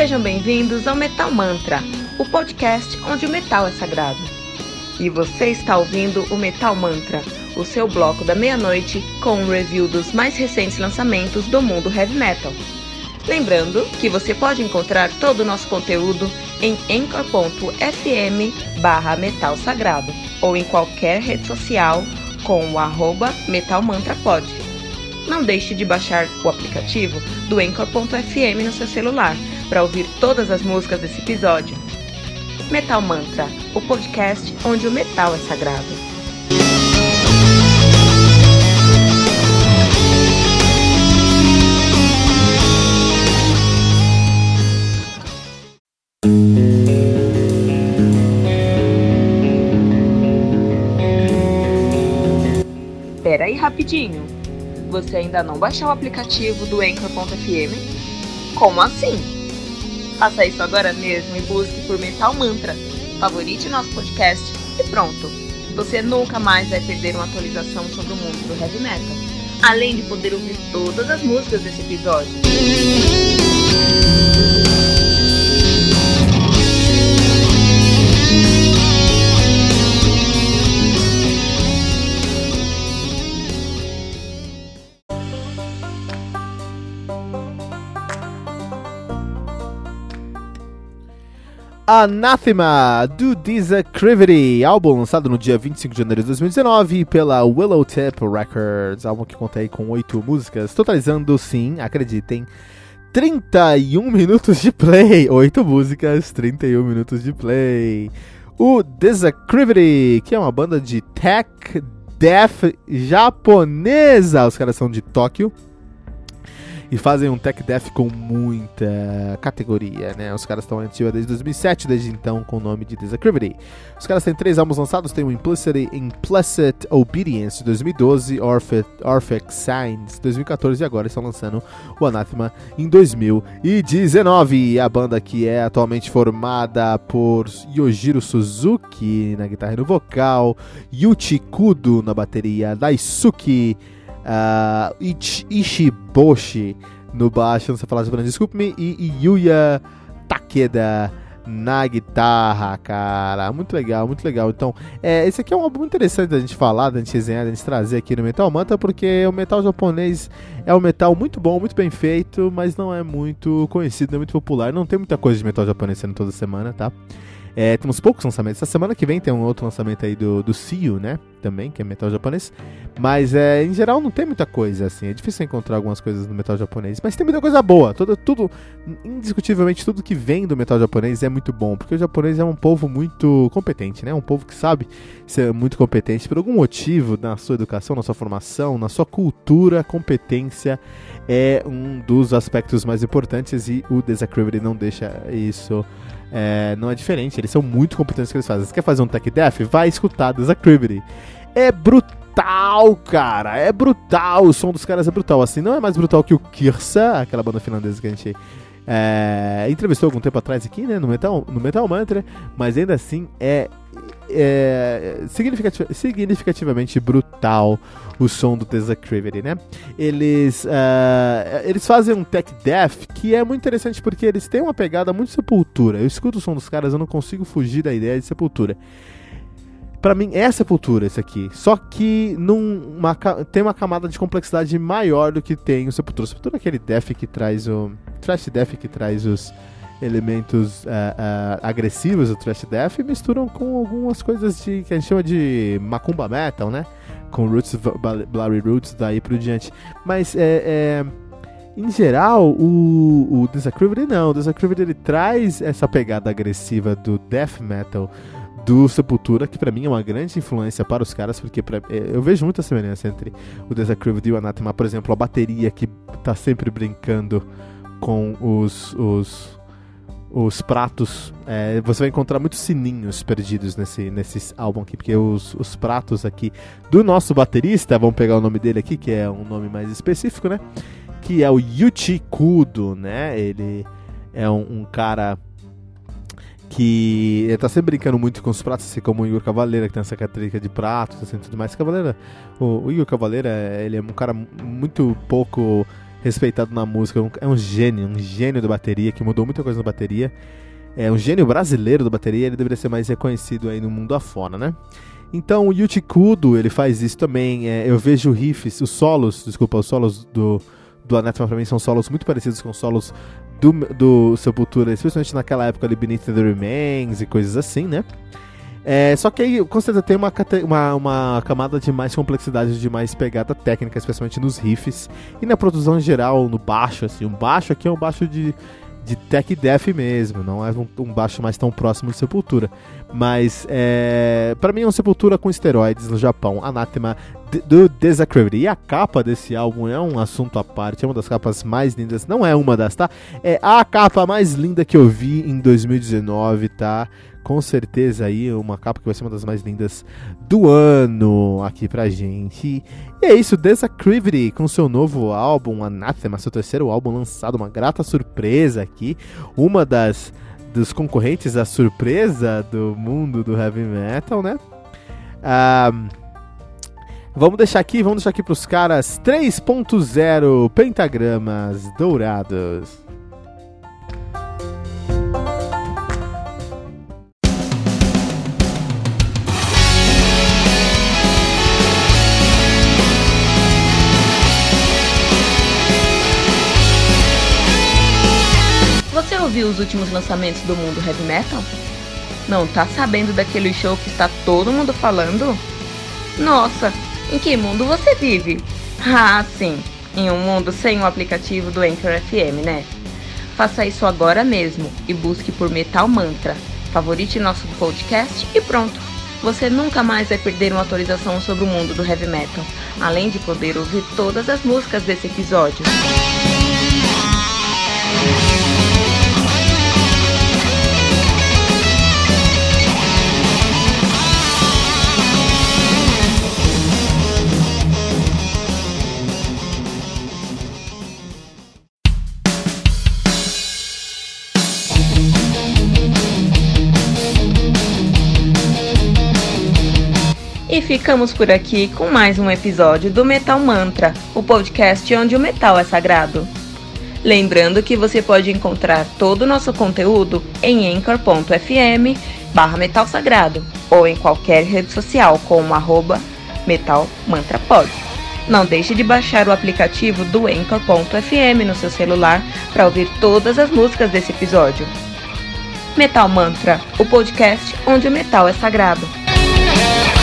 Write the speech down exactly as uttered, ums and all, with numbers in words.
Sejam bem-vindos ao Metal Mantra, o podcast onde o metal é sagrado. E você está ouvindo o Metal Mantra, o seu bloco da meia-noite com um review dos mais recentes lançamentos do mundo heavy metal. Lembrando que você pode encontrar todo o nosso conteúdo em anchor ponto f m barra metal sagrado ou em qualquer rede social com o arroba metalmantrapod. Não deixe de baixar o aplicativo do anchor ponto f m no seu celular para ouvir todas as músicas desse episódio. Metal Mantra, o podcast onde o metal é sagrado. Pera aí rapidinho, você ainda não baixou o aplicativo do anchor ponto f m? Como assim? Faça isso agora mesmo e busque por Metal Mantra, favorite nosso podcast e pronto! Você nunca mais vai perder uma atualização sobre o mundo do heavy metal, além de poder ouvir todas as músicas desse episódio. Anathema, do Disacrivity, álbum lançado no dia vinte e cinco de janeiro de dois mil e dezenove pela Willowtip Records, álbum que conta aí com oito músicas, totalizando, sim, acreditem, trinta e um minutos de play, oito músicas, trinta e um minutos de play. O Disacrivity, que é uma banda de tech death japonesa, os caras são de Tóquio. E fazem um tech death com muita categoria, né? Os caras estão ativos desde dois mil e sete, desde então com o nome de Disacrivity. Os caras têm três álbuns lançados, tem o Implicit, Implicit Obedience de dois mil e doze, Orphic Signs de dois mil e catorze e agora estão lançando o Anathema em dois mil e dezenove. A banda que é atualmente formada por Yojiro Suzuki na guitarra e no vocal, Yuchi Kudo na bateria, Daisuke Uh, Ich- Ishiboshi no baixo, não sei falar japonês, desculpe-me, e Yuya Takeda na guitarra, cara, muito legal, muito legal. Então, é, esse aqui é um álbum interessante da gente falar, da gente resenhar, da gente trazer aqui no Metal Mantra, porque o metal japonês é um metal muito bom, muito bem feito, mas não é muito conhecido, não é muito popular, não tem muita coisa de metal japonês sendo toda semana, tá? É, temos poucos lançamentos. Essa semana que vem tem um outro lançamento aí do, do Seiyu, né? Também, que é metal japonês. Mas, é, em geral, não tem muita coisa, assim. É difícil encontrar algumas coisas no metal japonês. Mas tem muita coisa boa. Tudo, tudo, indiscutivelmente, tudo que vem do metal japonês é muito bom. Porque o japonês é um povo muito competente, né? Um povo que sabe ser muito competente. Por algum motivo, na sua educação, na sua formação, na sua cultura, competência é um dos aspectos mais importantes. E o Disacrivity não deixa isso... É, não é diferente, eles são muito competentes no que eles fazem. Você quer fazer um tech death? Vai escutar Disacrivity. É brutal, cara, é brutal. O som dos caras é brutal, assim, não é mais brutal que o Kirsa, aquela banda finlandesa que a gente é, entrevistou algum tempo atrás aqui, né, no Metal, no Metal Mantra, mas ainda assim é, é significativ- significativamente brutal o som do Disacrivity, né? Eles, uh, eles fazem um tech death que é muito interessante porque eles têm uma pegada muito Sepultura. Eu escuto o som dos caras, eu não consigo fugir da ideia de Sepultura. Pra mim é Sepultura esse aqui, só que num, uma, tem uma camada de complexidade maior do que tem o Sepultura. O Sepultura é aquele death que traz o... thrash death que traz os elementos uh, uh, agressivos do thrash death e misturam com algumas coisas de, que a gente chama de macumba metal, né? Com roots, blurry roots, daí por diante. Mas, é, é, em geral, o, o Disacrivity não. O Disacrivity ele traz essa pegada agressiva do death metal do Sepultura, que pra mim é uma grande influência para os caras, porque pra, é, eu vejo muita semelhança entre o Disacrivity e o Anathema. Por exemplo, a bateria que tá sempre brincando com os... os os pratos, é, você vai encontrar muitos sininhos perdidos nesse, nesse álbum aqui, porque os, os pratos aqui do nosso baterista, vamos pegar o nome dele aqui, que é um nome mais específico, né, que é o Yuchi Kudo, né, ele é um, um cara que ele tá sempre brincando muito com os pratos, assim como o Igor Cavaleira, que tem essa característica de pratos, assim, tudo mais. Cavaleira, o, o Igor Cavaleira, ele é um cara muito pouco respeitado na música, é um gênio, um gênio da bateria, que mudou muita coisa na bateria. É um gênio brasileiro da bateria, ele deveria ser mais reconhecido aí no mundo afora, né? Então o Yuji Kudo, ele faz isso também, é, eu vejo riffs, os solos, desculpa, os solos do, do Anathema pra mim são solos muito parecidos com os solos do, do Sepultura, especialmente naquela época ali, Beneath the Remains e coisas assim, né? É, só que aí, com certeza, tem uma, uma, uma camada de mais complexidade, de mais pegada técnica, especialmente nos riffs e na produção em geral, no baixo, assim. O baixo aqui é um baixo de, de tech death mesmo, não é um, um baixo mais tão próximo de Sepultura. Mas, é, pra mim é um Sepultura com esteroides no Japão, Anathema do Desecravity. E a capa desse álbum é um assunto à parte, é uma das capas mais lindas, não é uma das, tá? É a capa mais linda que eu vi em dois mil e dezenove, tá? Com certeza aí, uma capa que vai ser uma das mais lindas do ano aqui pra gente. E é isso, Desecravity com seu novo álbum, Anathema, seu terceiro álbum lançado, uma grata surpresa aqui. Uma das dos concorrentes à surpresa do mundo do heavy metal, né? Ah, vamos deixar aqui, vamos deixar aqui pros caras três ponto zero Pentagramas Dourados. Você ouviu os últimos lançamentos do mundo heavy metal? Não tá sabendo daquele show que está todo mundo falando? Nossa, em que mundo você vive? Ah, sim, em um mundo sem o aplicativo do Anchor F M, né? Faça isso agora mesmo e busque por Metal Mantra. Favorite nosso podcast e pronto. Você nunca mais vai perder uma atualização sobre o mundo do heavy metal, além de poder ouvir todas as músicas desse episódio. E ficamos por aqui com mais um episódio do Metal Mantra, o podcast onde o metal é sagrado. Lembrando que você pode encontrar todo o nosso conteúdo em anchor ponto f m barra metal sagrado ou em qualquer rede social como arroba metalmantrapod. Não deixe de baixar o aplicativo do anchor ponto f m no seu celular para ouvir todas as músicas desse episódio. Metal Mantra, o podcast onde o metal é sagrado.